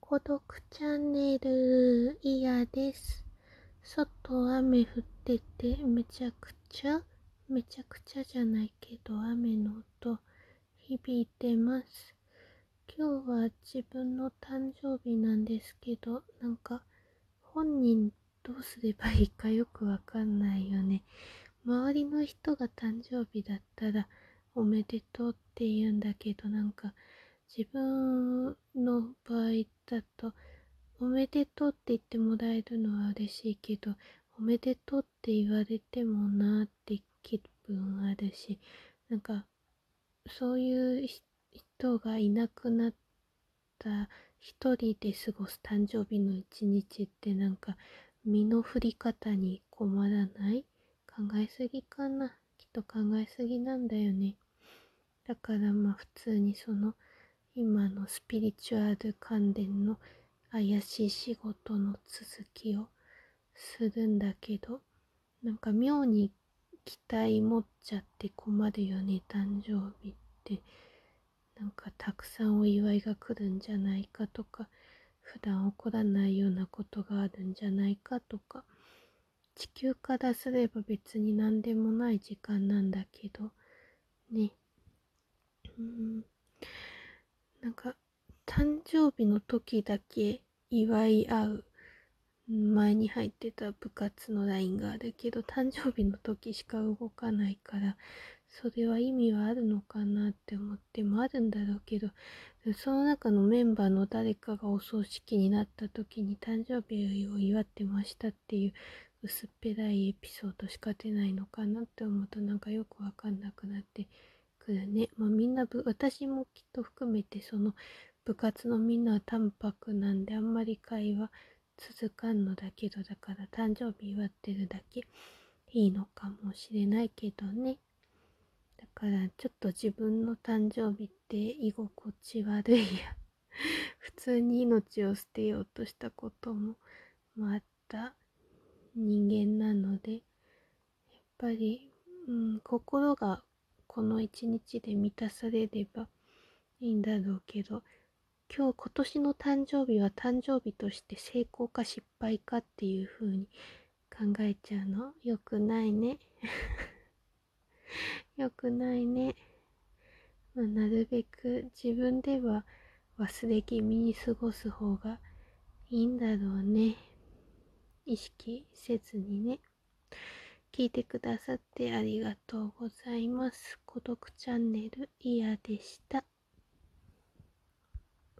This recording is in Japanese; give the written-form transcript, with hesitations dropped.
孤独チャンネル、いやです。外雨降っててめちゃくちゃじゃないけど雨の音響いてます。今日は自分の誕生日なんですけど、なんか本人どうすればいいかよくわかんないよね。周りの人が誕生日だったらおめでとうって言うんだけど、なんか自分の場合だとおめでとうって言ってもらえるのは嬉しいけど、おめでとうって言われてもなーって気分あるし、なんかそういう人がいなくなった一人で過ごす誕生日の一日ってなんか身の振り方に困らない？考えすぎかな？きっと考えすぎなんだよね。だからまあ普通にその今のスピリチュアル関連の怪しい仕事の続きをするんだけど、なんか妙に期待持っちゃって困るよね。誕生日ってなんかたくさんお祝いが来るんじゃないかとか、普段起こらないようなことがあるんじゃないかとか、地球からすれば別に何でもない時間なんだけどね。なんか誕生日の時だけ祝い合う前に入ってた部活のラインがあるけど、誕生日の時しか動かないから、それは意味はあるのかなって思ってもあるんだろうけど、その中のメンバーの誰かがお葬式になった時に誕生日を祝ってましたっていう薄っぺらいエピソードしか出ないのかなって思うと、なんかよくわかんなくなってくるね。まあみんな私もきっと含めてその部活のみんなは淡白なんであんまり会話続かんのだけど、だから誕生日祝ってるだけいいのかもしれないけどね。だからちょっと自分の誕生日って居心地悪いや。普通に命を捨てようとしたこともあった人間なので、やっぱり、心がこの一日で満たされればいいんだろうけど、今年の誕生日は誕生日として成功か失敗かっていう風に考えちゃうのよくないね。よくないね。なるべく自分では忘れ気味に過ごす方がいいんだろうね。意識せずにね。聞いてくださってありがとうございます。孤独チャンネル、いやでした。